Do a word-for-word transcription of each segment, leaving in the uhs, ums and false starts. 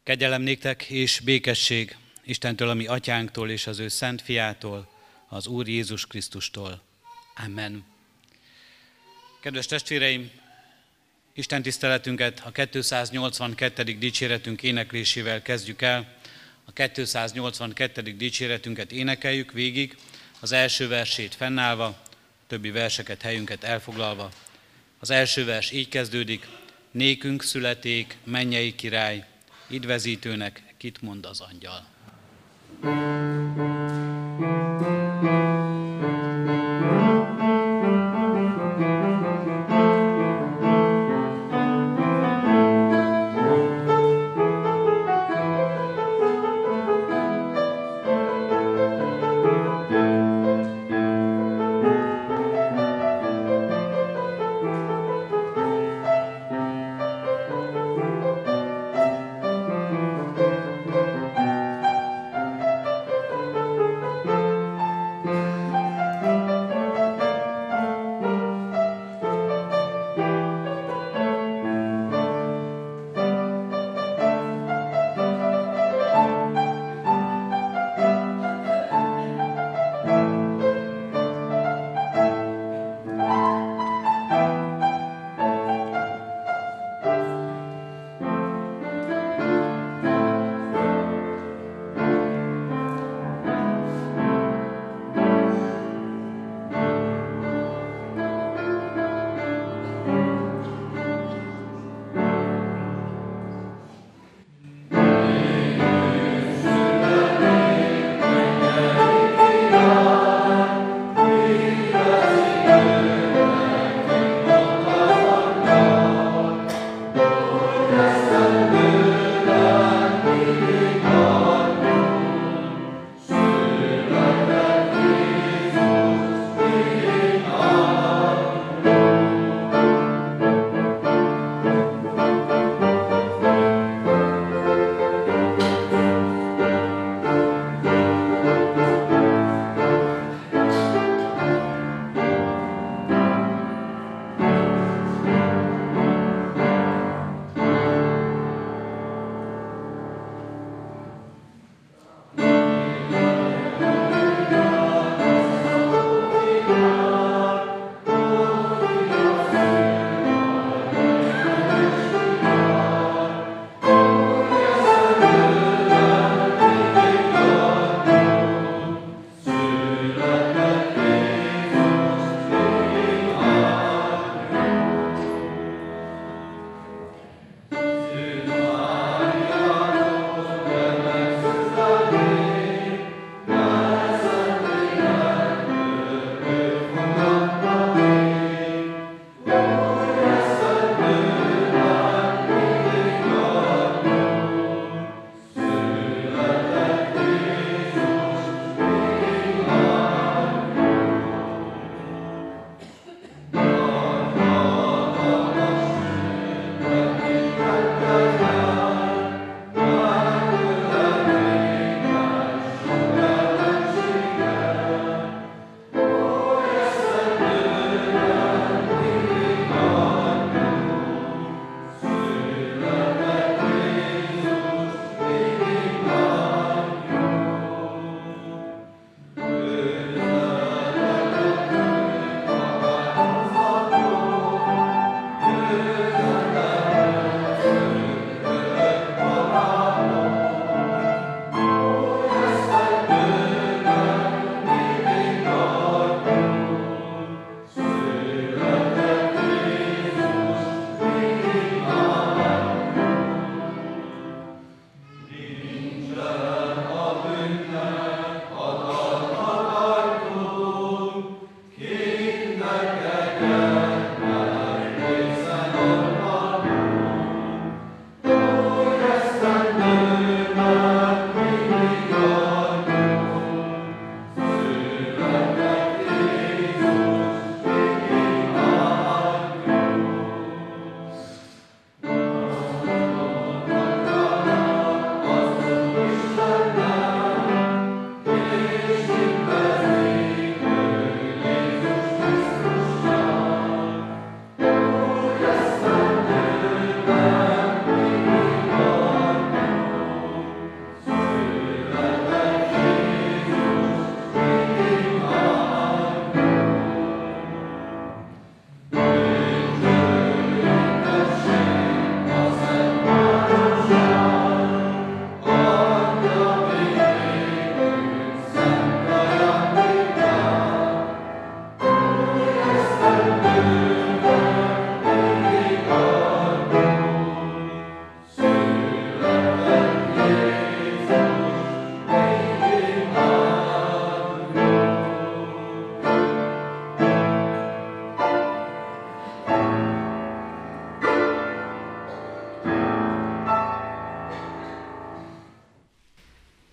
Kegyelem néktek és békesség Istentől, a mi atyánktól és az ő szent fiától, az Úr Jézus Krisztustól. Amen. Kedves testvéreim, Isten tiszteletünket a kétszáznyolcvankettedik dicséretünk éneklésével kezdjük el. A kétszáznyolcvankettedik dicséretünket énekeljük végig, az első versét fennállva, többi verseket, helyünket elfoglalva. Az első vers így kezdődik: nékünk születék mennyei király, idvezítőnek kit mond az angyal.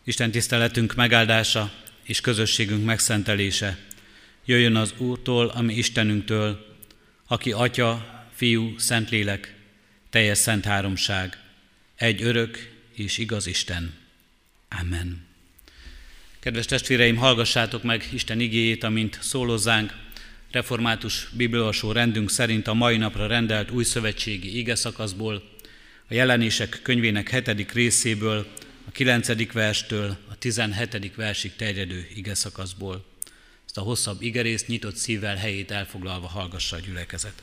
Isten tiszteletünk megáldása és közösségünk megszentelése jöjjön az Úrtól, ami Istenünktől, aki Atya, Fiú, Szentlélek, teljes szent háromság, egy örök és igaz Isten. Amen. Kedves testvéreim, hallgassátok meg Isten igéjét, amint szólozzánk református bibliaolvasó rendünk szerint a mai napra rendelt újszövetségi igeszakaszból, a Jelenések könyvének hetedik részéből, a kilencedik verstől a tizenhetedik versig terjedő igeszakaszból. Ezt a hosszabb igerészt nyitott szívvel helyét elfoglalva hallgassa a gyülekezet.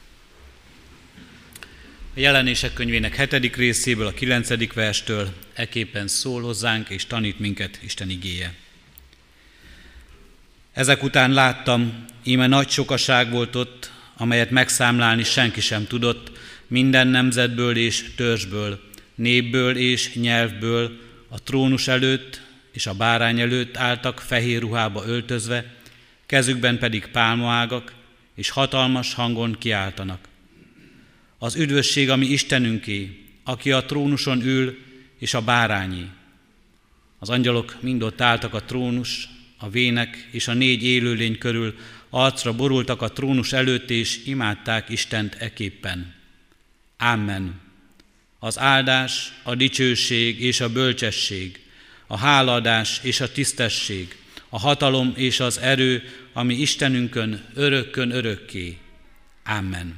A Jelenések könyvének hetedik részéből, a kilencedik verstől ekképpen szól hozzánk és tanít minket Isten igéje. Ezek után láttam, íme nagy sokaság volt ott, amelyet megszámlálni senki sem tudott, minden nemzetből és törzsből, népből és nyelvből, a trónus előtt és a bárány előtt álltak fehér ruhába öltözve, kezükben pedig pálmaágak, és hatalmas hangon kiáltanak. Az üdvösség, ami Istenünké, aki a trónuson ül, és a bárányi. Az angyalok mind ott álltak a trónus, a vének és a négy élőlény körül, arcra borultak a trónus előtt, és imádták Istent eképpen. Amen. Az áldás, a dicsőség és a bölcsesség, a hálaadás és a tisztesség, a hatalom és az erő, ami Istenünkön örökkön örökké. Amen.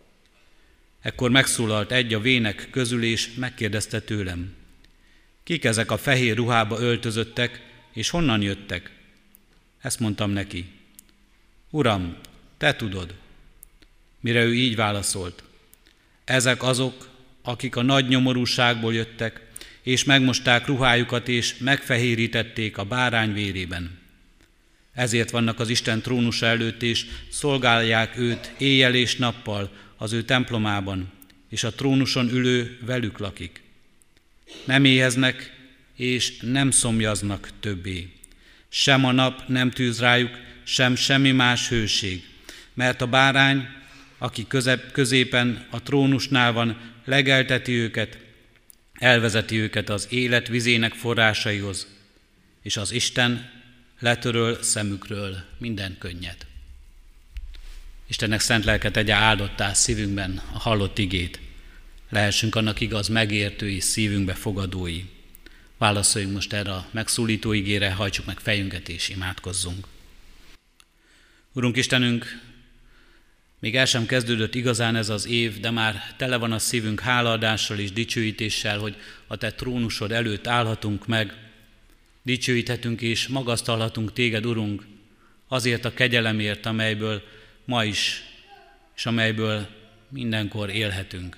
Ekkor megszólalt egy a vének közül, és megkérdezte tőlem: kik ezek a fehér ruhába öltözöttek, és honnan jöttek? Ezt mondtam neki: Uram, te tudod. Mire ő így válaszolt: ezek azok, akik a nagy nyomorúságból jöttek, és megmosták ruhájukat, és megfehérítették a bárány vérében. Ezért vannak az Isten trónusa előtt, és szolgálják őt éjjel és nappal az ő templomában, és a trónuson ülő velük lakik. Nem éheznek, és nem szomjaznak többé. Sem a nap nem tűz rájuk, sem semmi más hőség, mert a bárány, aki közep, középen a trónusnál van, legelteti őket, elvezeti őket az élet vizének forrásaihoz, és az Isten letöröl szemükről minden könnyet. Istennek szent lelke tegye áldottá szívünkben a hallott igét, lehessünk annak igaz megértői, szívünkbe fogadói. Válaszoljunk most erre a megszólító igére, hajtsuk meg fejünket és imádkozzunk. Urunk Istenünk, még el sem kezdődött igazán ez az év, de már tele van a szívünk hálaadással és dicsőítéssel, hogy a Te trónusod előtt állhatunk meg, dicsőíthetünk és magasztalhatunk Téged, Urunk, azért a kegyelemért, amelyből ma is, és amelyből mindenkor élhetünk.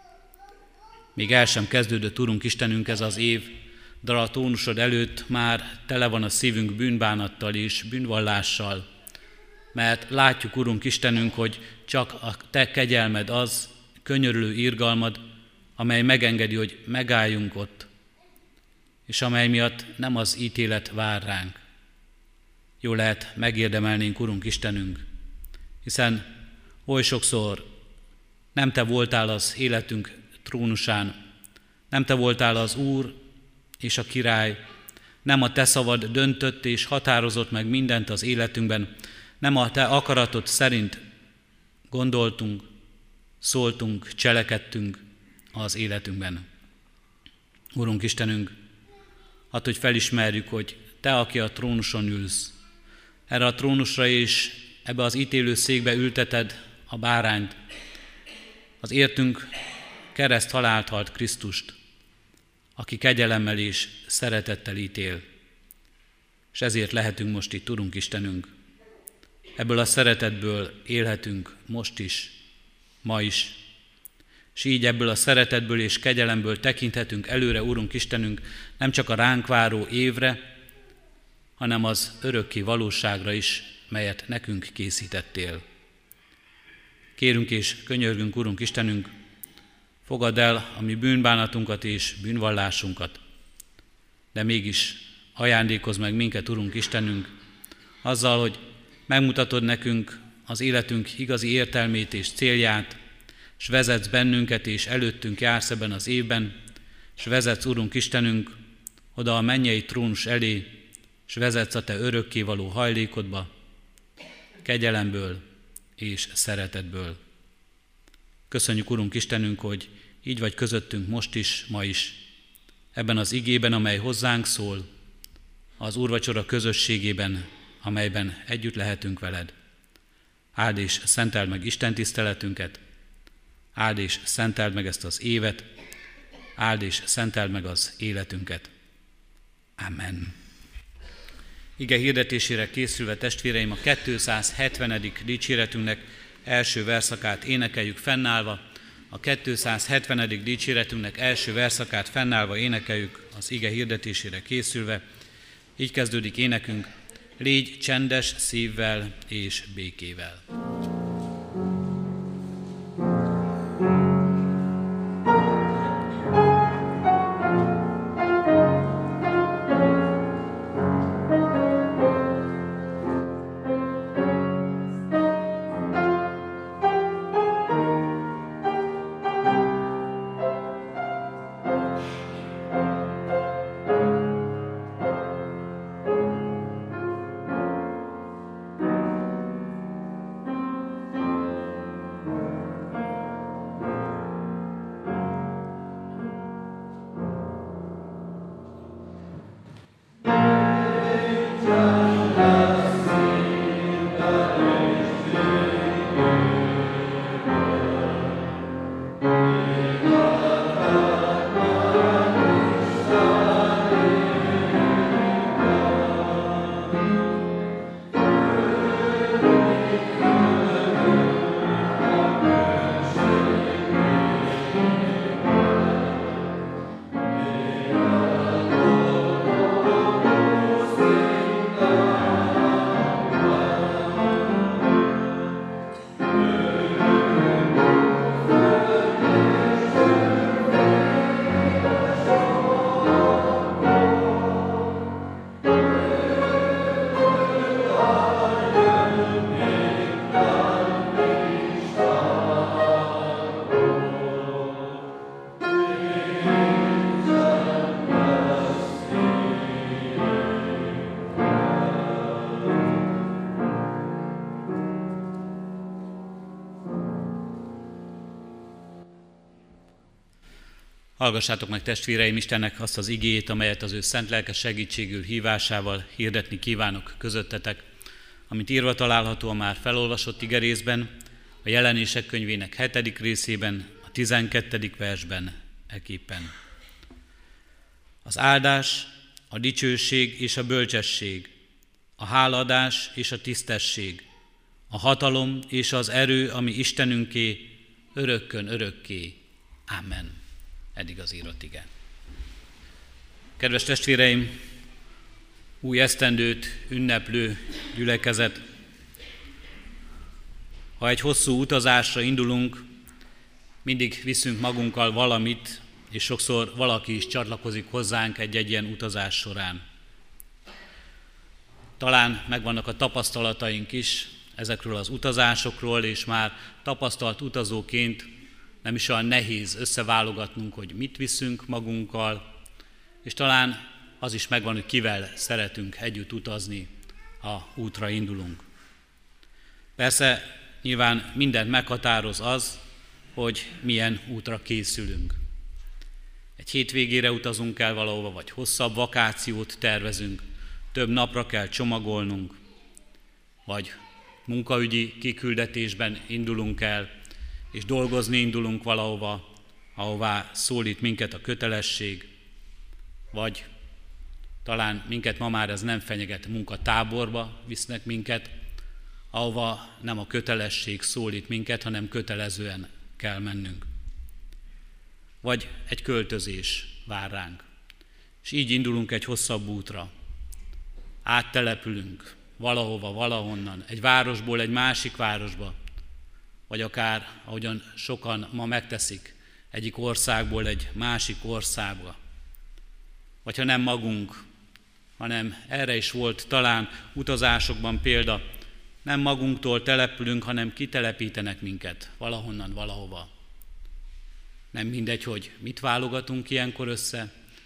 Még el sem kezdődött, Urunk Istenünk, ez az év, de a trónusod előtt már tele van a szívünk bűnbánattal és bűnvallással, mert látjuk, Urunk Istenünk, hogy csak a Te kegyelmed az, könyörülő irgalmad, amely megengedi, hogy megálljunk ott, és amely miatt nem az ítélet vár ránk. Jó lehet, megérdemelnénk, Urunk Istenünk, hiszen oly sokszor nem Te voltál az életünk trónusán, nem Te voltál az Úr és a Király, nem a Te szavad döntött és határozott meg mindent az életünkben, nem a Te akaratod szerint gondoltunk, szóltunk, cselekedtünk az életünkben. Urunk Istenünk, add, hogy felismerjük, hogy Te, aki a trónuson ülsz, erre a trónusra és ebbe az ítélő székbe ülteted a bárányt, az értünk kereszt halált halt Krisztust, aki kegyelemmel és szeretettel ítél. És ezért lehetünk most itt, Urunk Istenünk. Ebből a szeretetből élhetünk most is, ma is, és így ebből a szeretetből és kegyelemből tekinthetünk előre, Urunk Istenünk, nem csak a ránk váró évre, hanem az örökké valóságra is, melyet nekünk készítettél. Kérünk és könyörgünk, Urunk Istenünk, fogadd el a mi bűnbánatunkat és bűnvallásunkat, de mégis ajándékozz meg minket, Urunk Istenünk, azzal, hogy megmutatod nekünk az életünk igazi értelmét és célját, s vezetsz bennünket, és előttünk jársz ebben az évben, s vezetsz, Urunk Istenünk, oda a mennyei trónus elé, s vezetsz a te örökkévaló hajlékodba, kegyelemből és szeretetből. Köszönjük, Urunk Istenünk, hogy így vagy közöttünk most is, ma is, ebben az igében, amely hozzánk szól, az úrvacsora közösségében, amelyben együtt lehetünk veled. Áld és szenteld meg Isten tiszteletünket, áld és szenteld meg ezt az évet, áld és szenteld meg az életünket. Amen. Ige hirdetésére készülve, testvéreim, a kétszázhetvenedik dicséretünknek első verszakát énekeljük fennállva. A kétszázhetvenedik dicséretünknek első verszakát fennállva énekeljük az ige hirdetésére készülve. Így kezdődik énekünk: légy csendes szívvel és békével. Hallgassátok meg, testvéreim, Istennek azt az igéjét, amelyet az ő szent lelke segítségül hívásával hirdetni kívánok közöttetek, amit írva található a már felolvasott igerészben, a Jelenések könyvének hetedik részében, a tizenkettedik versben eképpen. Az áldás, a dicsőség és a bölcsesség, a hálaadás és a tisztesség, a hatalom és az erő, ami Istenünké, örökkön örökké. Amen. Eddig az írott ige. Kedves testvéreim, új esztendőt ünneplő gyülekezet, ha egy hosszú utazásra indulunk, mindig viszünk magunkkal valamit, és sokszor valaki is csatlakozik hozzánk egy-egy ilyen utazás során. Talán megvannak a tapasztalataink is ezekről az utazásokról, és már tapasztalt utazóként nem is olyan nehéz összeválogatnunk, hogy mit viszünk magunkkal, és talán az is megvan, hogy kivel szeretünk együtt utazni, ha útra indulunk. Persze nyilván mindent meghatároz az, hogy milyen útra készülünk. Egy hétvégére utazunk el valahova, vagy hosszabb vakációt tervezünk, több napra kell csomagolnunk, vagy munkaügyi kiküldetésben indulunk el, és dolgozni indulunk valahova, ahová szólít minket a kötelesség, vagy talán minket ma már ez nem fenyeget, munkatáborba visznek minket, ahova nem a kötelesség szólít minket, hanem kötelezően kell mennünk. Vagy egy költözés vár ránk, és így indulunk egy hosszabb útra. Áttelepülünk valahova, valahonnan, egy városból egy másik városba, vagy akár, ahogyan sokan ma megteszik, egyik országból egy másik országba. Vagy ha nem magunk, hanem erre is volt talán utazásokban példa, nem magunktól települünk, hanem kitelepítenek minket valahonnan, valahova. Nem mindegy, hogy mit válogatunk ilyenkor össze,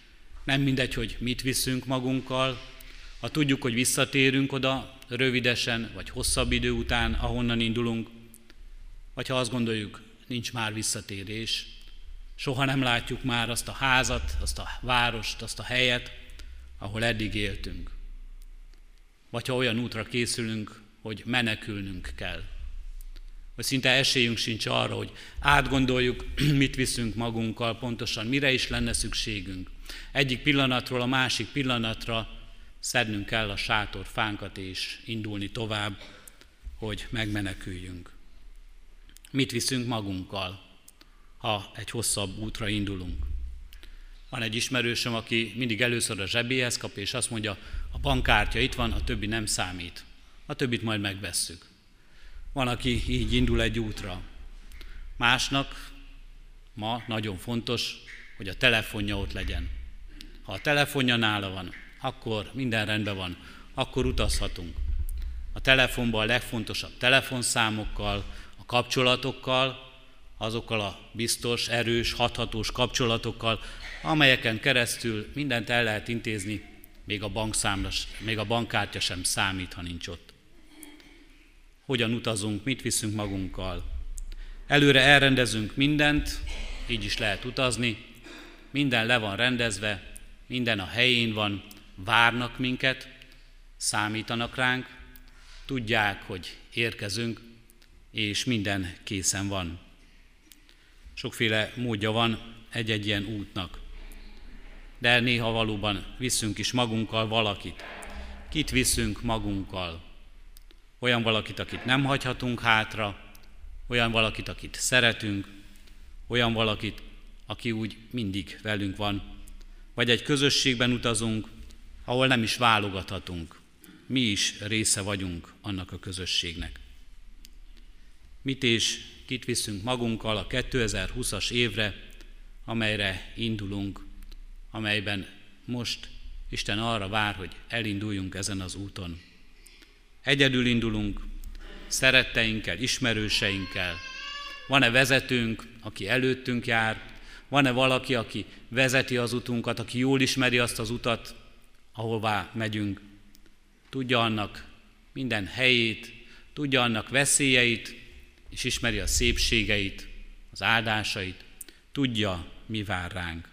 Nem mindegy, hogy mit viszünk magunkkal, ha tudjuk, hogy visszatérünk oda rövidesen, vagy hosszabb idő után, ahonnan indulunk, vagy ha azt gondoljuk, nincs már visszatérés, soha nem látjuk már azt a házat, azt a várost, azt a helyet, ahol eddig éltünk. Vagy ha olyan útra készülünk, hogy menekülnünk kell. Vagy szinte esélyünk sincs arra, hogy átgondoljuk, mit viszünk magunkkal, pontosan mire is lenne szükségünk. Egyik pillanatról a másik pillanatra szednünk kell a sátorfánkat és indulni tovább, hogy megmeneküljünk. Mit viszünk magunkkal, ha egy hosszabb útra indulunk? Van egy ismerősöm, aki mindig először a zsebéhez kap, és azt mondja, a bankkártya itt van, a többi nem számít. A többit majd megvesszük. Van, aki így indul egy útra. Másnak ma nagyon fontos, hogy a telefonja ott legyen. Ha a telefonja nála van, akkor minden rendben van, akkor utazhatunk. A telefonban a legfontosabb telefonszámokkal, a kapcsolatokkal, azokkal a biztos, erős, hathatós kapcsolatokkal, amelyeken keresztül mindent el lehet intézni, még a bankszámla, még a bankkártya sem számít, ha nincs ott. Hogyan utazunk, mit viszünk magunkkal? Előre elrendezünk mindent, így is lehet utazni, minden le van rendezve, minden a helyén van, várnak minket, számítanak ránk, tudják, hogy érkezünk, és minden készen van. Sokféle módja van egy-egy ilyen útnak, de néha valóban viszünk is magunkkal valakit. Kit viszünk magunkkal? Olyan valakit, akit nem hagyhatunk hátra, olyan valakit, akit szeretünk, olyan valakit, aki úgy mindig velünk van, vagy egy közösségben utazunk, ahol nem is válogathatunk. Mi is része vagyunk annak a közösségnek. Mit és kit viszünk magunkkal a kétezer-húszas évre, amelyre indulunk, amelyben most Isten arra vár, hogy elinduljunk ezen az úton. Egyedül indulunk, szeretteinkkel, ismerőseinkkel. Van-e vezetőnk, aki előttünk jár? Van-e valaki, aki vezeti az utunkat, aki jól ismeri azt az utat, ahová megyünk? Tudja annak minden helyét, tudja annak veszélyeit, és ismeri a szépségeit, az áldásait, tudja, mi vár ránk.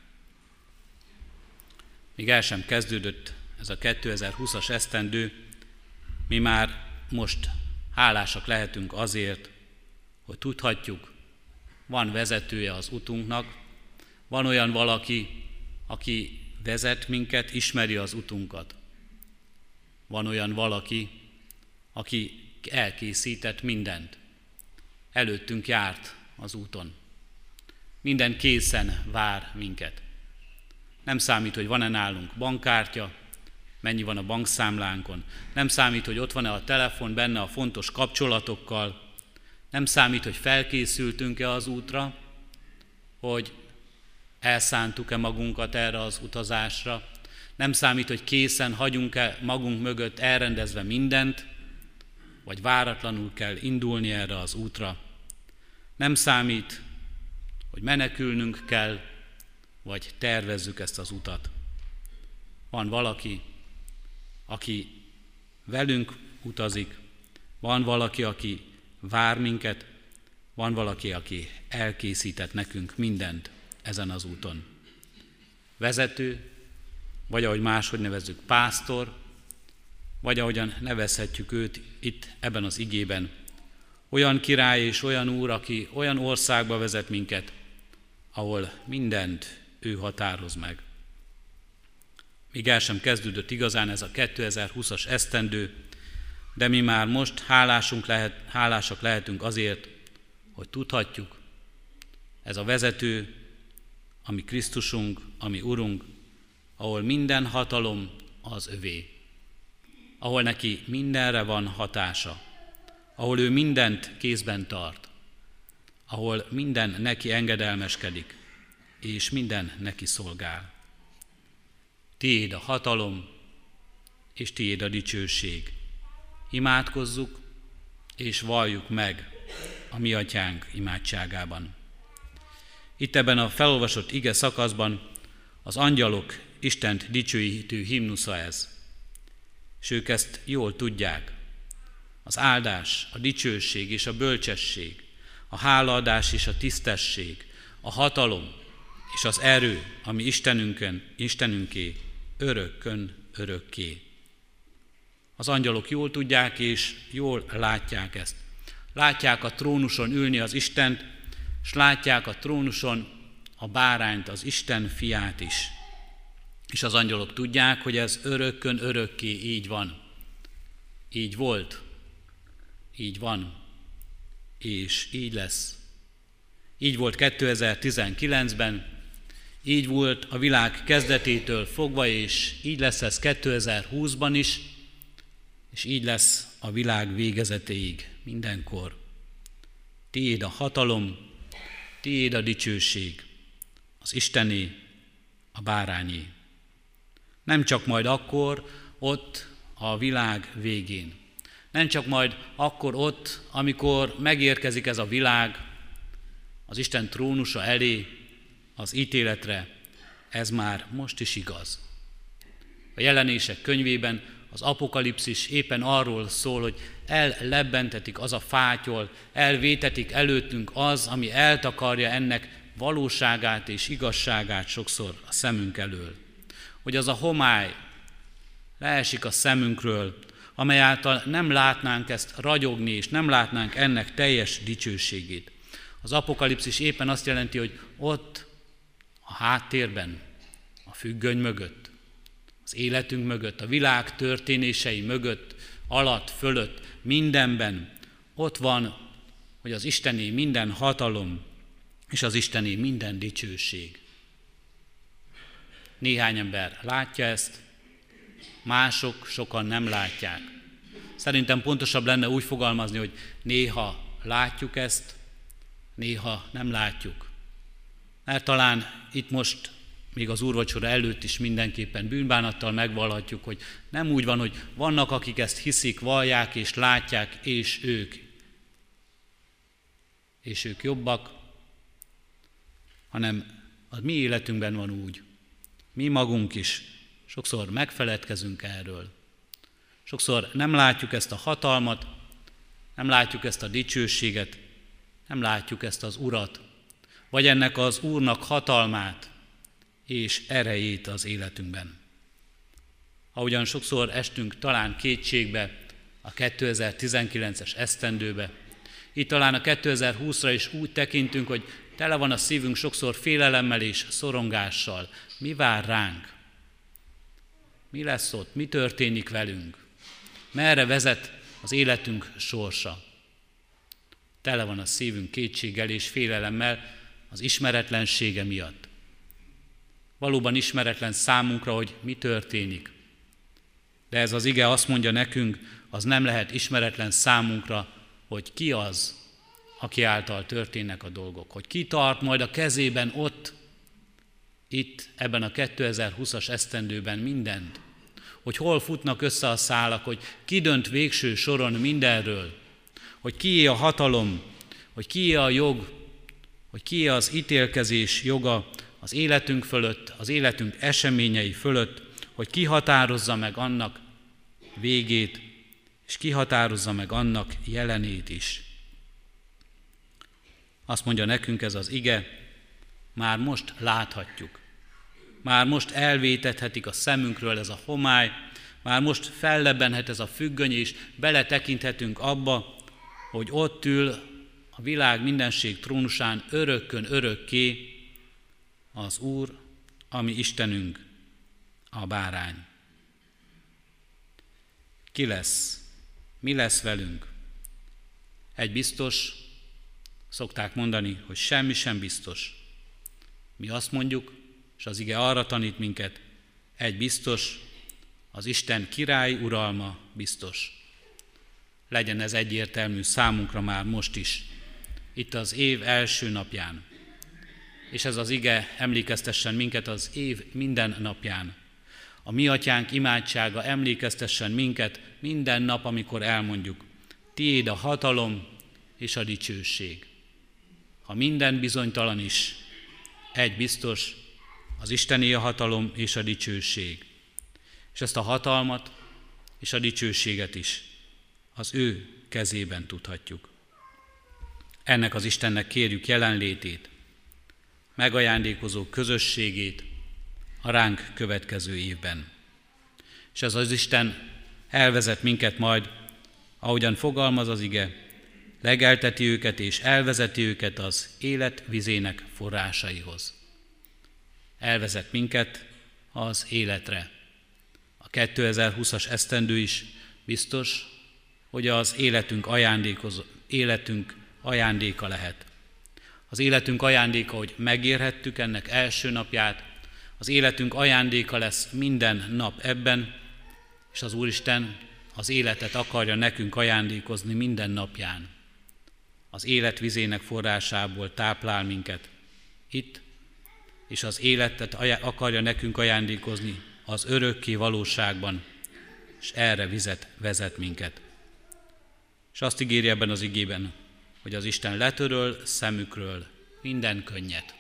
Még el sem kezdődött ez a kétezer-húszas esztendő, mi már most hálásak lehetünk azért, hogy tudhatjuk, van vezetője az utunknak, van olyan valaki, aki vezet minket, ismeri az utunkat. Van olyan valaki, aki elkészített mindent. Előttünk járt az úton. Minden készen vár minket. Nem számít, hogy van-e nálunk bankkártya, mennyi van a bankszámlánkon. Nem számít, hogy ott van-e a telefon benne a fontos kapcsolatokkal. Nem számít, hogy felkészültünk-e az útra, hogy elszántuk-e magunkat erre az utazásra. Nem számít, hogy készen hagyunk-e magunk mögött elrendezve mindent, vagy váratlanul kell indulni erre az útra. Nem számít, hogy menekülnünk kell, vagy tervezzük ezt az utat. Van valaki, aki velünk utazik, van valaki, aki vár minket, van valaki, aki elkészített nekünk mindent ezen az úton. Vezető, vagy ahogy máshogy nevezzük, pásztor, vagy ahogyan nevezhetjük őt itt ebben az igében, olyan király és olyan úr, aki olyan országba vezet minket, ahol mindent ő határoz meg. Még el sem kezdődött igazán ez a kétezer-húszas esztendő, de mi már most hálásunk lehet, hálásak lehetünk azért, hogy tudhatjuk, ez a vezető, ami Krisztusunk, ami Urunk, ahol minden hatalom az övé, ahol neki mindenre van hatása, ahol ő mindent kézben tart, ahol minden neki engedelmeskedik, és minden neki szolgál. Tiéd a hatalom, és tiéd a dicsőség. Imádkozzuk, és valljuk meg a mi atyánk imádságában. Itt ebben a felolvasott ige szakaszban az angyalok Istent dicsőítő himnusza ez. És ők ezt jól tudják. Az áldás, a dicsőség és a bölcsesség, a hálaadás és a tisztesség, a hatalom és az erő, ami Istenünkön, Istenünké, örökkön örökké. Az angyalok jól tudják és jól látják ezt. Látják a trónuson ülni az Istent, és látják a trónuson a bárányt, az Isten fiát is. És az angyalok tudják, hogy ez örökkön örökké így van. Így volt, így van, és így lesz. Így volt kétezer-tizenkilencben, így volt a világ kezdetétől fogva, és így lesz ez kétezer-húszban is, és így lesz a világ végezetéig, mindenkor. Tiéd a hatalom, tiéd a dicsőség, az Istené, a bárányé. Nem csak majd akkor, ott a világ végén. Nem csak majd akkor ott, amikor megérkezik ez a világ az Isten trónusa elé, az ítéletre, ez már most is igaz. A Jelenések könyvében az Apokalipszis éppen arról szól, hogy ellebbentetik az a fátyol, elvétetik előttünk az, ami eltakarja ennek valóságát és igazságát sokszor a szemünk elől. Hogy az a homály leesik a szemünkről, amely által nem látnánk ezt ragyogni, és nem látnánk ennek teljes dicsőségét. Az Apokalipszis éppen azt jelenti, hogy ott a háttérben, a függöny mögött, az életünk mögött, a világ történései mögött, alatt, fölött, mindenben, ott van, hogy az Istené minden hatalom, és az Istené minden dicsőség. Néhány ember látja ezt, mások sokan nem látják. Szerintem pontosabb lenne úgy fogalmazni, hogy néha látjuk ezt, néha nem látjuk. Mert talán itt most, még az úrvacsora előtt is mindenképpen bűnbánattal megvallhatjuk, hogy nem úgy van, hogy vannak, akik ezt hiszik, vallják és látják, és ők. És ők jobbak, hanem a mi életünkben van úgy. Mi magunk is sokszor megfeledkezünk erről. Sokszor nem látjuk ezt a hatalmat, nem látjuk ezt a dicsőséget, nem látjuk ezt az Urat, vagy ennek az Úrnak hatalmát és erejét az életünkben. Ahogyan sokszor estünk talán kétségbe a kétezer-tizenkilences esztendőbe, itt talán a kétezer-húszra is úgy tekintünk, hogy tele van a szívünk sokszor félelemmel és szorongással. Mi vár ránk? Mi lesz ott? Mi történik velünk? Merre vezet az életünk sorsa? Tele van a szívünk kétséggel és félelemmel az ismeretlensége miatt. Valóban ismeretlen számunkra, hogy mi történik. De ez az ige azt mondja nekünk, az nem lehet ismeretlen számunkra, hogy ki az, aki által történnek a dolgok. Hogy ki tart majd a kezében ott, itt, ebben a kétezer-húszas esztendőben mindent. Hogy hol futnak össze a szálak, hogy ki dönt végső soron mindenről. Hogy kié a hatalom, hogy kié a jog, hogy kié az ítélkezés joga az életünk fölött, az életünk eseményei fölött, hogy ki határozza meg annak végét, és ki határozza meg annak jelenét is. Azt mondja nekünk ez az ige, már most láthatjuk. Már most elvétethetik a szemünkről ez a homály, már most fellebbenhet ez a függöny, és beletekinthetünk abba, hogy ott ül a világ mindenség trónusán örökkön örökké az Úr, ami Istenünk, a bárány. Ki lesz? Mi lesz velünk? Egy biztos, szokták mondani, hogy semmi sem biztos. Mi azt mondjuk, és az ige arra tanít minket, egy biztos, az Isten király uralma biztos. Legyen ez egyértelmű számunkra már most is, itt az év első napján. És ez az ige emlékeztessen minket az év minden napján. A mi atyánk imádsága emlékeztessen minket minden nap, amikor elmondjuk, tiéd a hatalom és a dicsőség. Ha minden bizonytalan is, egy biztos, az Istené a hatalom és a dicsőség. És ezt a hatalmat és a dicsőséget is az ő kezében tudhatjuk. Ennek az Istennek kérjük jelenlétét, megajándékozó közösségét a ránk következő évben. És ez az Isten elvezet minket majd, ahogyan fogalmaz az ige, legelteti őket és elvezeti őket az élet vizének forrásaihoz. Elvezet minket az életre. A kétezer-húszas esztendő is biztos, hogy az életünk, életünk ajándéka lehet. Az életünk ajándéka, hogy megérhettük ennek első napját, az életünk ajándéka lesz minden nap ebben, és az Úristen az életet akarja nekünk ajándékozni minden napján. Az élet vizének forrásából táplál minket itt, és az életet akarja nekünk ajándékozni az örökké valóságban, és erre vizet vezet minket. És azt ígéri ebben az igében, hogy az Isten letöröl szemükről minden könnyet.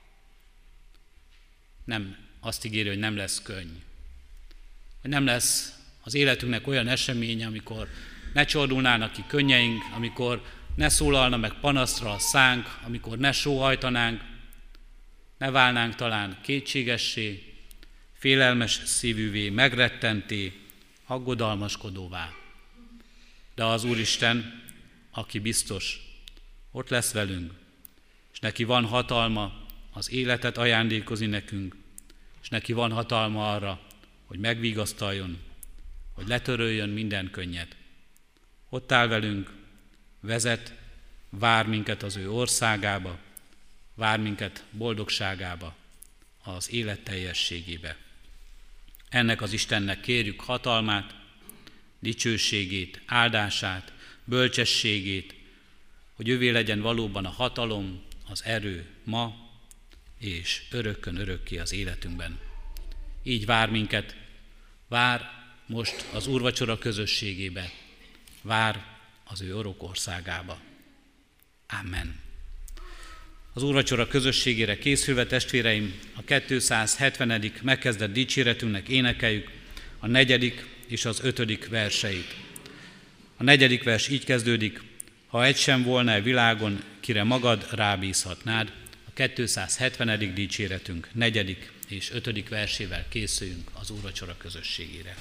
Nem azt ígéri, hogy nem lesz könny. Hogy nem lesz az életünknek olyan eseménye, amikor ne csordulnának ki könnyeink, amikor ne szólalna meg panaszra a szánk, amikor ne sóhajtanánk, ne válnánk talán kétségessé, félelmes szívűvé, megrettenté, aggodalmaskodóvá. De az Úristen, aki biztos, ott lesz velünk, és neki van hatalma az életet ajándékozni nekünk, és neki van hatalma arra, hogy megvigasztaljon, hogy letöröljön minden könnyet. Ott áll velünk, vezet, vár minket az ő országába, vár minket boldogságába, az élet teljességébe. Ennek az Istennek kérjük hatalmát, dicsőségét, áldását, bölcsességét, hogy ővé legyen valóban a hatalom, az erő ma és örökkön örökké az életünkben. Így vár minket, vár most az úrvacsora közösségébe, vár az ő örök országába. Amen. Az úrvacsora közösségére készülve, testvéreim, a kétszázhetvenedik megkezdett dicséretünknek énekeljük a negyedik és az ötödik verseit. A negyedik vers így kezdődik: ha egy sem volna világon, kire magad rábízhatnád. A kétszázhetvenedik dicséretünk negyedik és ötödik versével készüljünk az úrvacsora közösségére.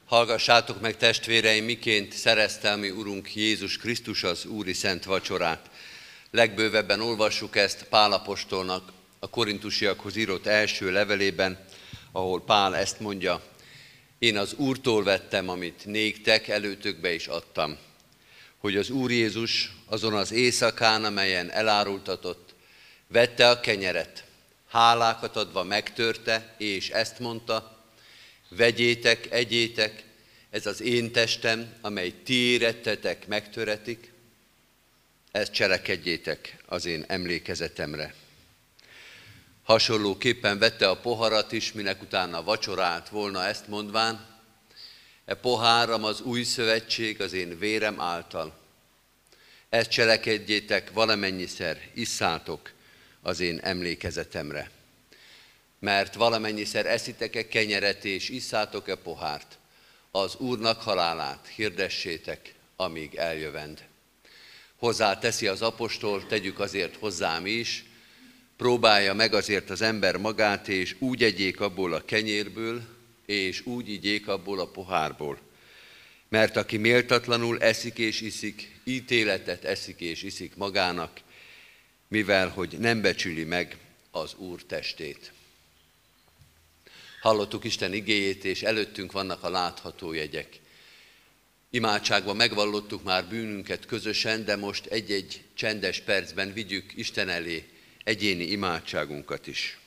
Hallgassátok meg, testvéreim, miként szerezte mi Urunk Jézus Krisztus az Úri Szent Vacsorát. Legbővebben olvassuk ezt Pál apostolnak a korintusiakhoz írott első levelében, ahol Pál ezt mondja: én az Úrtól vettem, amit néktek, előtökbe is adtam, hogy az Úr Jézus azon az éjszakán, amelyen elárultatott, vette a kenyeret, hálákat adva megtörte, és ezt mondta: vegyétek, egyétek, ez az én testem, amely ti érettetek, megtöretik, ezt cselekedjétek az én emlékezetemre. Hasonlóképpen vette a poharat is, minek utána vacsorált volna, ezt mondván: e poháram az új szövetség az én vérem által. Ezt cselekedjétek, valamennyiszer isszátok az én emlékezetemre. Mert valamennyiszer eszitek-e kenyeret és isszátok-e pohárt, az Úrnak halálát hirdessétek, amíg eljövend. Hozzá teszi az apostol, tegyük azért hozzá mi is, próbálja meg azért az ember magát, és úgy egyék abból a kenyérből, és úgy igyék abból a pohárból. Mert aki méltatlanul eszik és iszik, ítéletet eszik és iszik magának, mivel hogy nem becsüli meg az Úr testét. Hallottuk Isten igéjét, és előttünk vannak a látható jegyek. Imádságban megvallottuk már bűnünket közösen, de most egy-egy csendes percben vigyük Isten elé egyéni imádságunkat is.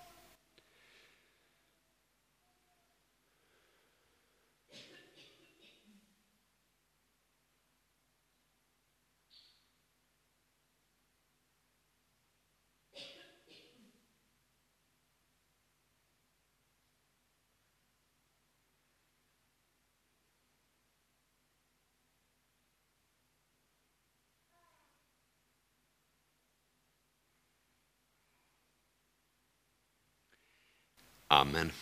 Amen.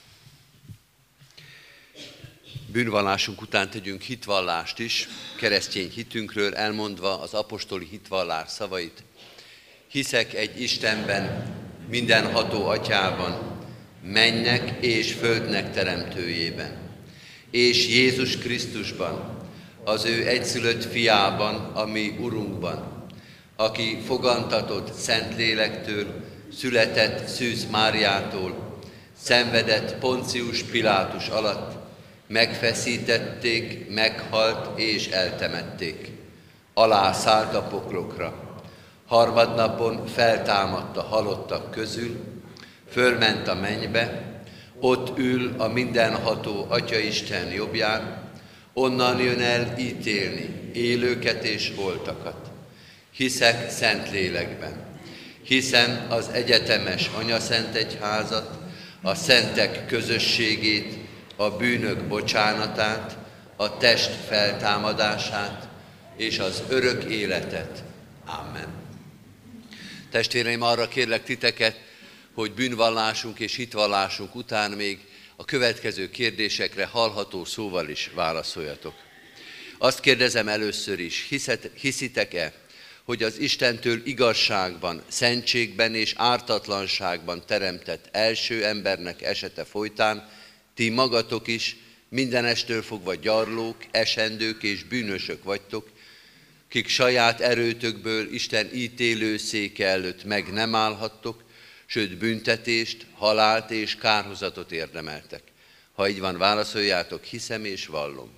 Bűnvallásunk után tegyünk hitvallást is, keresztény hitünkről elmondva az apostoli hitvallás szavait. Hiszek egy Istenben, mindenható Atyában, mennek és földnek teremtőjében, és Jézus Krisztusban, az ő egyszülött fiában, a mi Urunkban, aki fogantatott Szentlélektől, született Szűz Máriától, szenvedett Poncius Pilátus alatt, megfeszítették, meghalt és eltemették. Alászállt a poklokra. Harmadnapon feltámadt a halottak közül, fölment a mennybe, ott ül a mindenható Atyaisten jobbján, onnan jön el ítélni élőket és holtakat. Hiszek Szentlélekben, hiszem az egyetemes Anyaszentegyházat, a szentek közösségét, a bűnök bocsánatát, a test feltámadását és az örök életet. Amen. Testvéreim, arra kérlek titeket, hogy bűnvallásunk és hitvallásunk után még a következő kérdésekre hallható szóval is válaszoljatok. Azt kérdezem először is, hiszet, hiszitek-e, hogy az Istentől igazságban, szentségben és ártatlanságban teremtett első embernek esete folytán ti magatok is mindenestől fogva gyarlók, esendők és bűnösök vagytok, kik saját erőtökből Isten ítélő széke előtt meg nem állhattok, sőt büntetést, halált és kárhozatot érdemeltek. Ha így van, válaszoljátok: hiszem és vallom.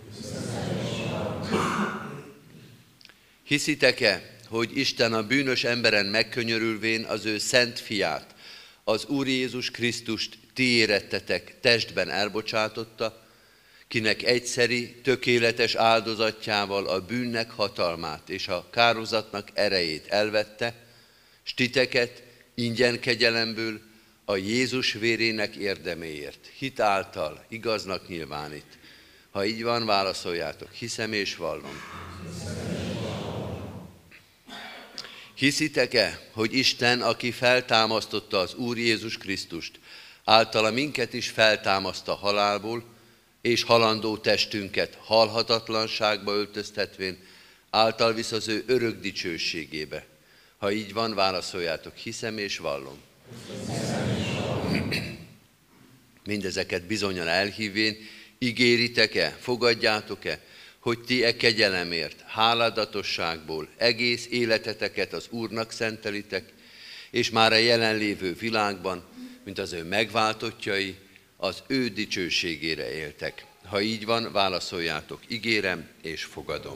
Hiszitek-e, hogy Isten a bűnös emberen megkönyörülvén az ő szent fiát, az Úr Jézus Krisztust ti érettetek testben elbocsátotta, kinek egyszeri, tökéletes áldozatjával a bűnnek hatalmát és a kárhozatnak erejét elvette, s titeket ingyen kegyelemből a Jézus vérének érdeméért hit által igaznak nyilvánít. Ha így van, válaszoljátok: hiszem és vallom. Hiszitek-e, hogy Isten, aki feltámasztotta az Úr Jézus Krisztust, általa minket is feltámaszt a halálból, és halandó testünket halhatatlanságba öltöztetvén, által visz az ő örök dicsőségébe? Ha így van, válaszoljátok: hiszem és vallom. Mindezeket bizonnyal elhívén, Ígéritek-e, fogadjátok-e, hogy ti e kegyelemért, háladatosságból egész életeteket az Úrnak szentelitek, és már a jelenlévő világban, mint az ő megváltottjai, az ő dicsőségére éltek. Ha így van, válaszoljátok, ígérem és fogadom.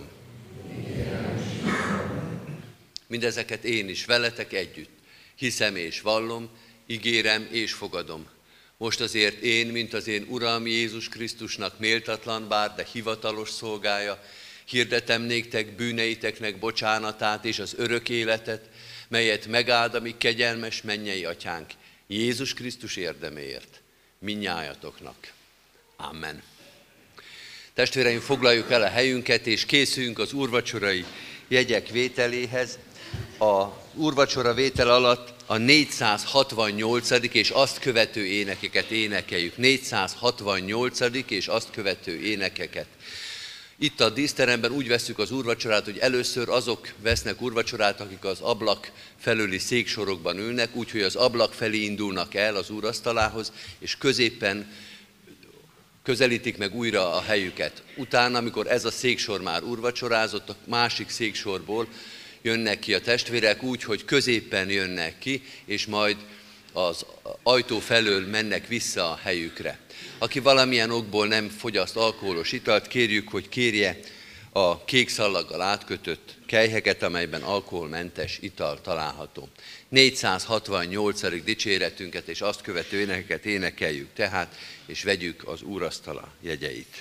Mindezeket én is veletek együtt hiszem és vallom, ígérem és fogadom. Most azért én, mint az én Uram Jézus Krisztusnak méltatlan bár, de hivatalos szolgája, hirdetem néktek bűneiteknek bocsánatát és az örök életet, melyet megáld a mi kegyelmes mennyei atyánk, Jézus Krisztus érdeméért, minnyájatoknak. Amen. Testvéreim, foglaljuk el a helyünket, és készüljünk az úrvacsorai jegyek vételéhez. A úrvacsora vétel alatt a négyszázhatvannyolcadik és azt követő énekeket énekeljük. négyszázhatvannyolcadik és azt követő énekeket. Itt a díszteremben úgy vesszük az úrvacsorát, hogy először azok vesznek úrvacsorát, akik az ablak felőli széksorokban ülnek, úgyhogy az ablak felé indulnak el az úrasztalához, és középen közelítik meg újra a helyüket. Utána, amikor ez a széksor már úrvacsorázott, a másik széksorból jönnek ki a testvérek úgy, hogy középen jönnek ki, és majd az ajtó felől mennek vissza a helyükre. Aki valamilyen okból nem fogyaszt alkoholos italt, kérjük, hogy kérje a kék szallaggal átkötött kelyheket, amelyben alkoholmentes ital található. négyszázhatvannyolcadik dicséretünket és azt követő énekeket énekeljük tehát, és vegyük az úrasztala jegyeit.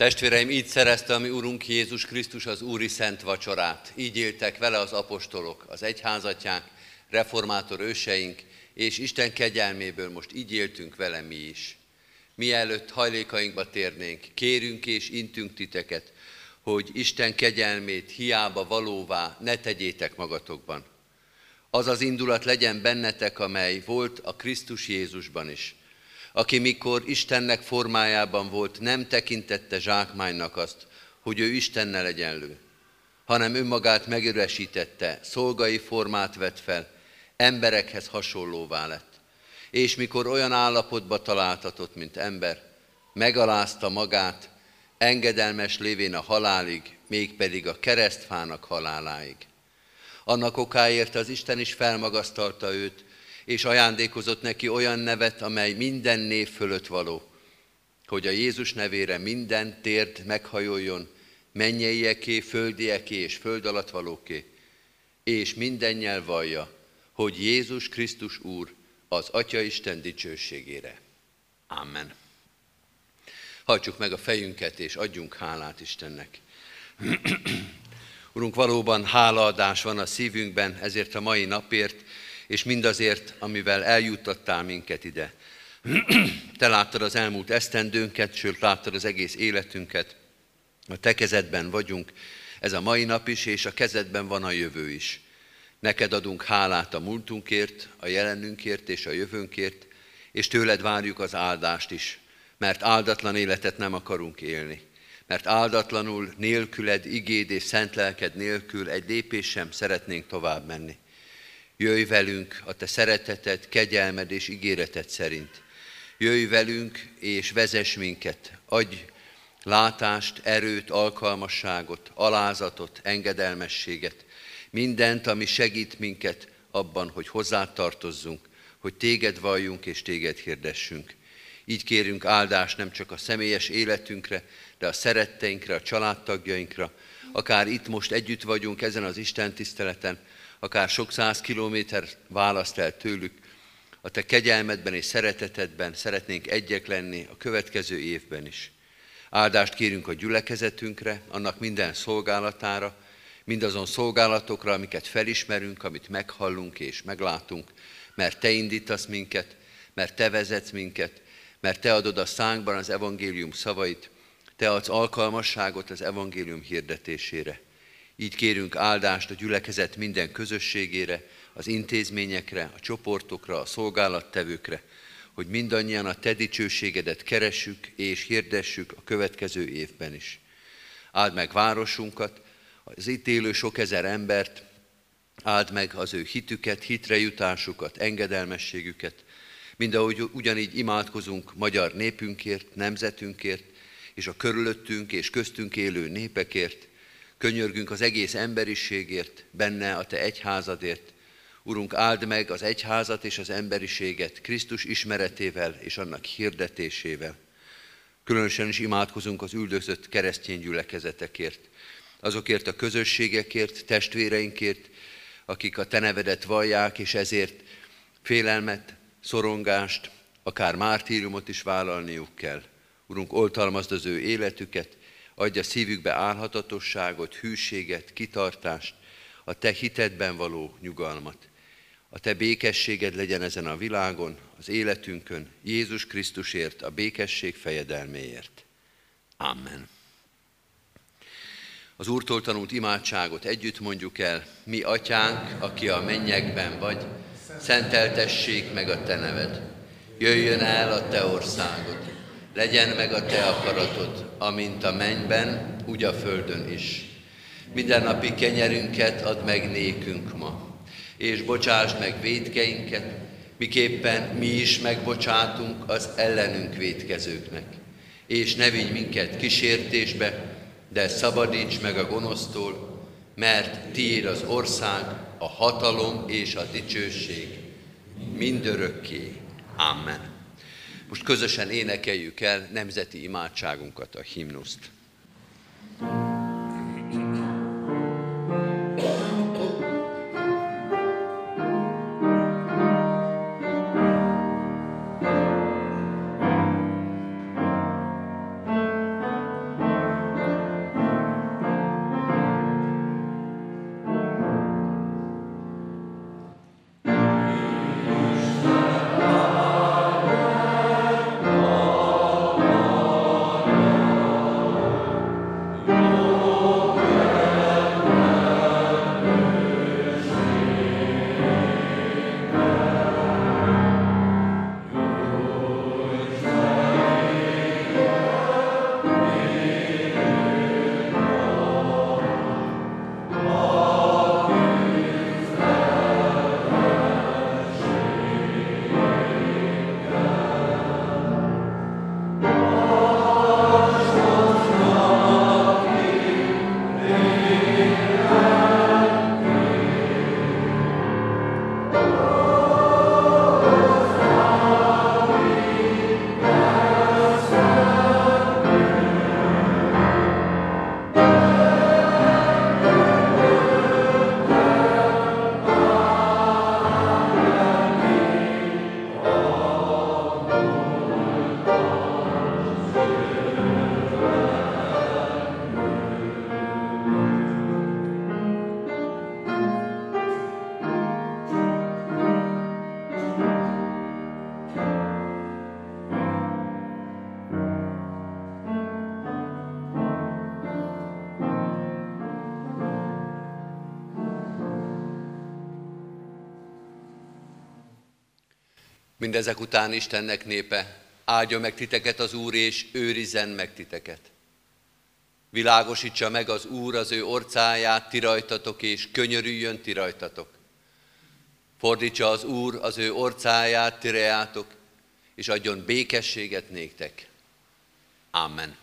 Testvéreim, így szerezte a mi Urunk Jézus Krisztus az Úri Szent Vacsorát. Így éltek vele az apostolok, az egyházatjánk, reformátor őseink, és Isten kegyelméből most így éltünk vele mi is. Mielőtt hajlékainkba térnénk, kérünk és intünk titeket, hogy Isten kegyelmét hiába valóvá ne tegyétek magatokban. Az az indulat legyen bennetek, amely volt a Krisztus Jézusban is, aki mikor Istennek formájában volt, nem tekintette zsákmánynak azt, hogy ő Istennel egyenlő, hanem önmagát megüresítette, szolgai formát vett fel, emberekhez hasonlóvá lett. És mikor olyan állapotba találtatott, mint ember, megalázta magát, engedelmes lévén a halálig, mégpedig a keresztfának haláláig. Annak okáért az Isten is felmagasztalta őt, és ajándékozott neki olyan nevet, amely minden név fölött való, hogy a Jézus nevére minden térd meghajoljon, mennyeieké, földieké és föld alatt valóké, és minden nyelv vallja, hogy Jézus Krisztus Úr az Atya Isten dicsőségére. Amen. Hajtsuk meg a fejünket, és adjunk hálát Istennek. Urunk, valóban hálaadás van a szívünkben ezért a mai napért, és mindazért, amivel eljuttattál minket ide. Te láttad az elmúlt esztendőnket, sőt láttad az egész életünket. A te kezedben vagyunk, ez a mai nap is, és a kezedben van a jövő is. Neked adunk hálát a múltunkért, a jelenünkért és a jövőnkért, és tőled várjuk az áldást is, mert áldatlan életet nem akarunk élni. Mert áldatlanul, nélküled, igéd és szent lelked nélkül egy lépés sem szeretnénk tovább menni. Jöjj velünk a te szereteted, kegyelmed és ígéreted szerint. Jöjj velünk és vezess minket, adj látást, erőt, alkalmasságot, alázatot, engedelmességet, mindent, ami segít minket abban, hogy hozzád tartozzunk, hogy téged valljunk és téged hirdessünk. Így kérünk áldást nem csak a személyes életünkre, de a szeretteinkre, a családtagjainkra, akár itt most együtt vagyunk ezen az Isten tiszteleten, akár sok száz kilométer választ el tőlük, a te kegyelmedben és szeretetedben szeretnénk egyek lenni a következő évben is. Áldást kérünk a gyülekezetünkre, annak minden szolgálatára, mindazon szolgálatokra, amiket felismerünk, amit meghallunk és meglátunk, mert te indítasz minket, mert te vezetsz minket, mert te adod a szánkban az evangélium szavait, te adsz alkalmasságot az evangélium hirdetésére. Így kérünk áldást a gyülekezet minden közösségére, az intézményekre, a csoportokra, a szolgálattevőkre, hogy mindannyian a te dicsőségedet keressük és hirdessük a következő évben is. Áld meg városunkat, az itt élő sok ezer embert, áld meg az ő hitüket, hitrejutásukat, engedelmességüket, mindahogy ugyanígy imádkozunk magyar népünkért, nemzetünkért, és a körülöttünk és köztünk élő népekért, könyörgünk az egész emberiségért, benne a te egyházadért. Urunk, áld meg az egyházat és az emberiséget Krisztus ismeretével és annak hirdetésével. Különösen is imádkozunk az üldözött keresztény gyülekezetekért, azokért a közösségekért, testvéreinkért, akik a te nevedet vallják, és ezért félelmet, szorongást, akár mártíriumot is vállalniuk kell. Urunk, oltalmazd az ő életüket, adj a szívükbe álhatatosságot, hűséget, kitartást, a te hitedben való nyugalmat. A te békességed legyen ezen a világon, az életünkön, Jézus Krisztusért, a békesség fejedelméért. Amen. Az Úrtól tanult imádságot együtt mondjuk el. Mi atyánk, aki a mennyekben vagy, szenteltessék meg a te neved. Jöjjön el a te országod. Legyen meg a te akaratod, amint a mennyben, úgy a földön is. Mindennapi kenyerünket add meg nékünk ma, és bocsásd meg vétkeinket, miképpen mi is megbocsátunk az ellenünk vétkezőknek. És ne vigy minket kísértésbe, de szabadíts meg a gonosztól, mert tiéd az ország, a hatalom és a dicsőség mindörökké. Amen. Most közösen énekeljük el nemzeti imádságunkat, a himnuszt. Mindezek után Istennek népe, áldja meg titeket az Úr, és őrizzen meg titeket. Világosítsa meg az Úr az ő orcáját ti rajtatok, és könyörüljön ti rajtatok. Fordítsa az Úr az ő orcáját ti reátok, és adjon békességet néktek. Amen.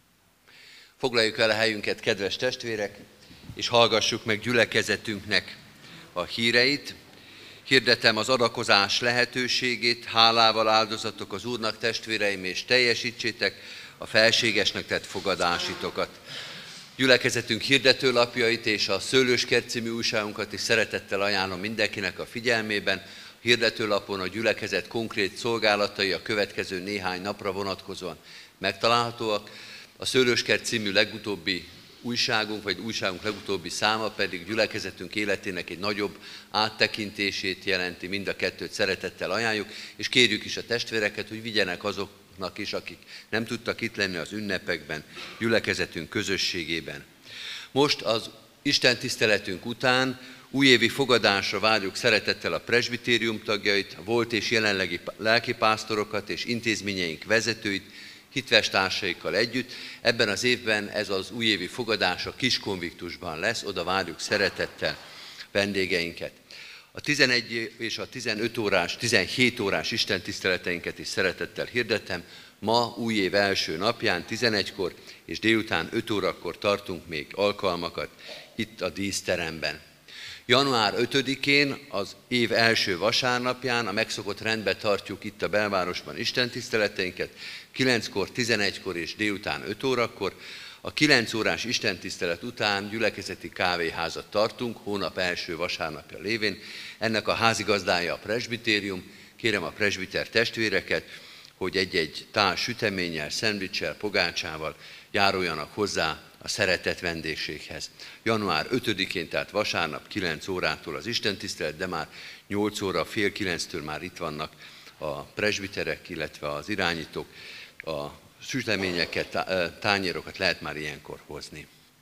Foglaljuk el a helyünket, kedves testvérek, és hallgassuk meg gyülekezetünknek a híreit. Hirdetem az adakozás lehetőségét, hálával áldozatok az Úrnak, testvéreim, és teljesítsétek a felségesnek tett fogadásitokat. Gyülekezetünk hirdetőlapjait és a Szőlőskert című újságunkat is szeretettel ajánlom mindenkinek a figyelmében. A hirdetőlapon a gyülekezet konkrét szolgálatai a következő néhány napra vonatkozóan megtalálhatóak. A Szőlőskert című legutóbbi újságunk, vagy újságunk legutóbbi száma pedig gyülekezetünk életének egy nagyobb áttekintését jelenti, mind a kettőt szeretettel ajánljuk, és kérjük is a testvéreket, hogy vigyenek azoknak is, akik nem tudtak itt lenni az ünnepekben, gyülekezetünk közösségében. Most az Isten tiszteletünk után újévi fogadásra várjuk szeretettel a presbitérium tagjait, a volt és jelenlegi lelkipásztorokat és intézményeink vezetőit, hitves társaikkal együtt. Ebben az évben ez az újévi fogadás a Kiskonviktusban lesz, oda várjuk szeretettel vendégeinket. A tizenegy és a tizenöt órás, tizenhét órás istentiszteleteinket is szeretettel hirdetem. Ma újév első napján tizenegykor és délután öt órakor tartunk még alkalmakat itt a díszteremben. január ötödikén, az év első vasárnapján a megszokott rendben tartjuk itt a belvárosban istentiszteleteinket, kilenckor, tizenegykor és délután öt órakor. A kilenc órás istentisztelet után gyülekezeti kávéházat tartunk, hónap első vasárnapja lévén. Ennek a házigazdája a presbitérium. Kérem a presbiter testvéreket, hogy egy-egy tál süteménnyel, szendvicssel, pogácsával járuljanak hozzá a szeretett vendégséghez. január ötödikén, tehát vasárnap kilenc órától az istentisztelet, de már nyolc óra, fél kilenctől már itt vannak a presbiterek, illetve az irányítók. A süteményeket, tányérokat lehet már ilyenkor hozni.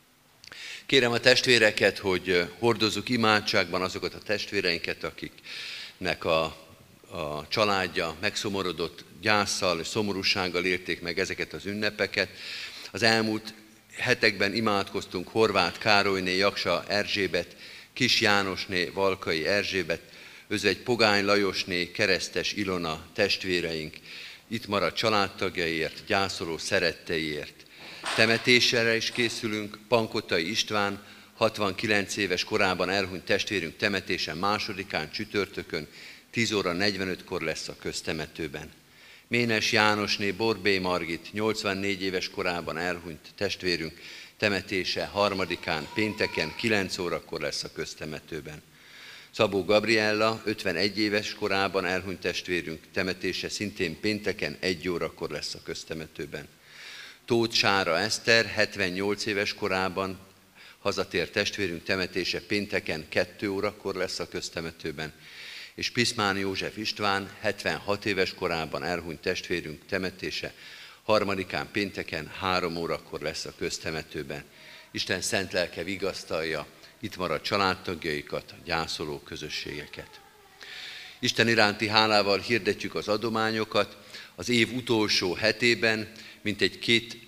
Kérem a testvéreket, hogy hordozzuk imádságban azokat a testvéreinket, akiknek a, a családja megszomorodott, gyásszal és szomorúsággal élték meg ezeket az ünnepeket. Az elmúlt hetekben imádkoztunk Horváth Károlyné, Jaksa Erzsébet, Kis Jánosné, Valkai Erzsébet, Özvegy Pogány Lajosné, Keresztes Ilona testvéreink, itt maradt családtagjaiért, gyászoló szeretteiért. Temetésre is készülünk. Pankotai István, hatvankilenc éves korában elhunyt testvérünk temetése másodikán csütörtökön, tíz óra negyvenötkor lesz a köztemetőben. Ménes Jánosné, Borbély Margit, nyolcvannégy éves korában elhunyt testvérünk temetése harmadikán, pénteken, kilenc órakor lesz a köztemetőben. Szabó Gabriella, ötvenegy éves korában elhunyt testvérünk temetése szintén pénteken, egy órakor lesz a köztemetőben. Tóth Sára Eszter, hetvennyolc éves korában hazatért testvérünk temetése pénteken, kettő órakor lesz a köztemetőben. És Piszmán József István, hetvenhat éves korában elhunyt testvérünk temetése harmadikán, pénteken, három órakor lesz a köztemetőben. Isten szent lelke vigasztalja itt maradt családtagjaikat, a gyászoló közösségeket. Isten iránti hálával hirdetjük az adományokat. Az év utolsó hetében mintegy két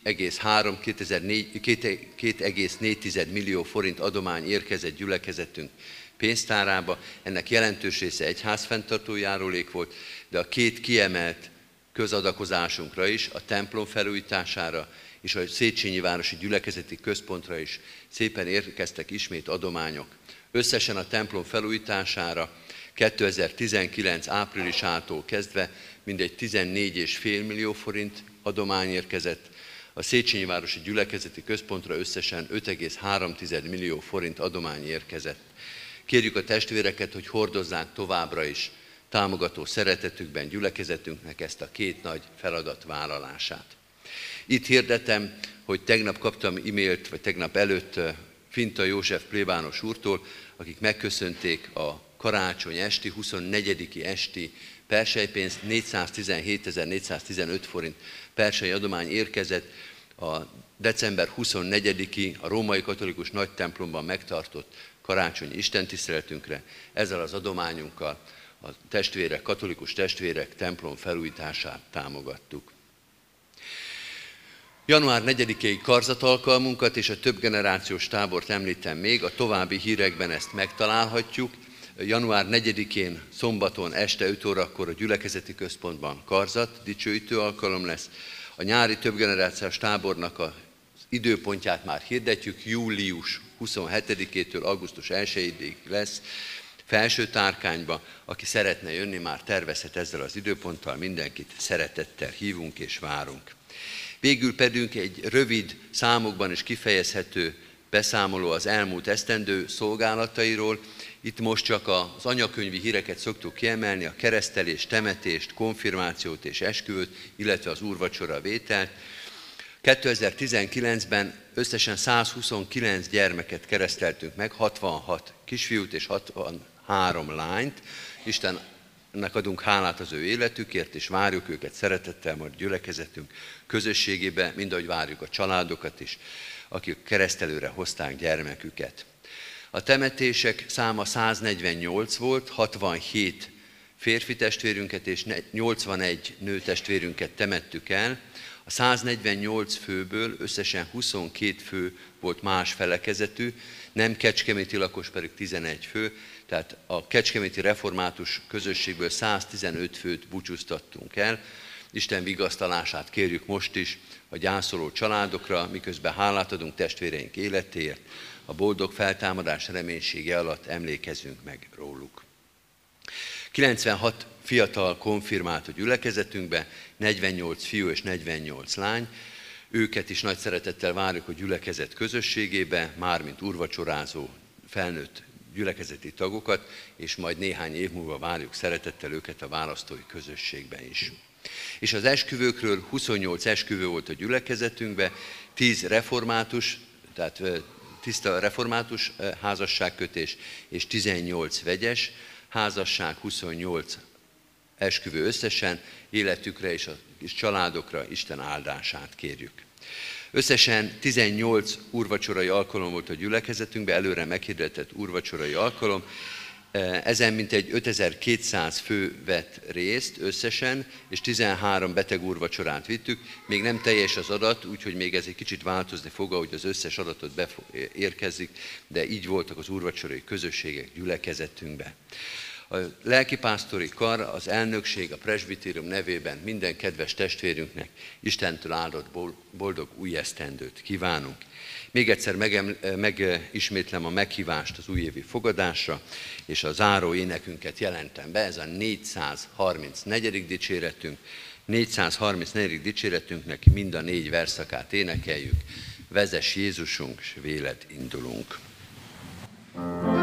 egész négy millió forint adomány érkezett gyülekezetünk pénztárába. Ennek jelentős része egyházfenntartó járulék volt, de a két kiemelt közadakozásunkra is, a templom felújítására és a Széchenyi Városi Gyülekezeti Központra is szépen érkeztek ismét adományok. Összesen a templom felújítására kétezer-tizenkilenc áprilisától kezdve mindegy tizennégy egész öt millió forint adomány érkezett, a Széchenyi Városi Gyülekezeti Központra összesen öt egész három millió forint adomány érkezett. Kérjük a testvéreket, hogy hordozzák továbbra is támogató szeretetükben gyülekezetünknek ezt a két nagy feladat vállalását. Itt hirdetem, hogy tegnap kaptam e-mailt, vagy tegnap előtt Finta József plébános úrtól, akik megköszönték a karácsony esti, huszonnegyediki esti perselypénzt, négyszáztizenhétezer-négyszáztizenöt forint persely adomány érkezett a december huszonnegyediki a római katolikus nagytemplomban megtartott karácsonyi istentiszteletünkre. Ezzel az adományunkkal a testvérek, katolikus testvérek templom felújítását támogattuk. január negyedikéig karzatalkalmunkat és a többgenerációs tábort említem még, a további hírekben ezt megtalálhatjuk. január negyedikén szombaton este öt órakor a gyülekezeti központban karzat, dicsőítő alkalom lesz. A nyári többgenerációs tábornak az időpontját már hirdetjük, július huszonhetedikétől augusztus elsejéig lesz Felső Tárkányba. Aki szeretne jönni, már tervezhet ezzel az időponttal, mindenkit szeretettel hívunk és várunk. Végül pedig egy rövid, számokban is kifejezhető beszámoló az elmúlt esztendő szolgálatairól. Itt most csak az anyakönyvi híreket szoktuk kiemelni, a keresztelést, temetést, konfirmációt és esküvőt, illetve az úrvacsora vételt. kétezer-tizenkilencben összesen százhuszonkilenc gyermeket kereszteltünk meg, hatvanhat kisfiút és hatvanhárom lányt. Istennek adunk hálát az ő életükért, és várjuk őket szeretettel majd gyülekezetünk közösségébe, mind ahogy várjuk a családokat is, akik keresztelőre hozták gyermeküket. A temetések száma száznegyvennyolc volt, hatvanhét férfi testvérünket és nyolcvanegy nő testvérünket temettük el. A száznegyvennyolc főből összesen huszonkét fő volt más felekezetű, nem kecskeméti lakos pedig tizenegy fő, tehát a kecskeméti református közösségből száztizenöt főt búcsúztattunk el. Isten vigasztalását kérjük most is a gyászoló családokra, miközben hálát adunk testvéreink életéért, a boldog feltámadás reménysége alatt emlékezzünk meg róluk. kilencvenhat fiatal konfirmált a gyülekezetünkbe, negyvennyolc fiú és negyvennyolc lány. Őket is nagy szeretettel várjuk a gyülekezet közösségébe, mármint úrvacsorázó felnőtt gyülekezeti tagokat, és majd néhány év múlva várjuk szeretettel őket a választói közösségben is. És az esküvőkről huszonnyolc esküvő volt a gyülekezetünkben, tíz református, tehát tiszta református házasságkötés, és tizennyolc vegyes házasság, huszonnyolc esküvő összesen, életükre és a kis családokra Isten áldását kérjük. Összesen tizennyolc úrvacsorai alkalom volt a gyülekezetünkben, előre meghirdetett úrvacsorai alkalom. Ezen mintegy ötezer-kétszáz fő vett részt összesen, és tizenhárom beteg úrvacsorát vittük. Még nem teljes az adat, úgyhogy még ez egy kicsit változni fog, ahogy az összes adatot beérkezik, de így voltak az úrvacsorai közösségek gyülekezetünkben. A lelkipásztori kar, az elnökség, a presbitérium nevében minden kedves testvérünknek Istentől áldott boldog új esztendőt kívánunk. Még egyszer megismétlem a meghívást az újévi fogadásra, és a záró énekünket jelentem be, ez a négyszázharmincnegyedik dicséretünk. négyszázharmincnegyedik dicséretünknek mind a négy verszakát énekeljük. Vezess Jézusunk, s véled indulunk.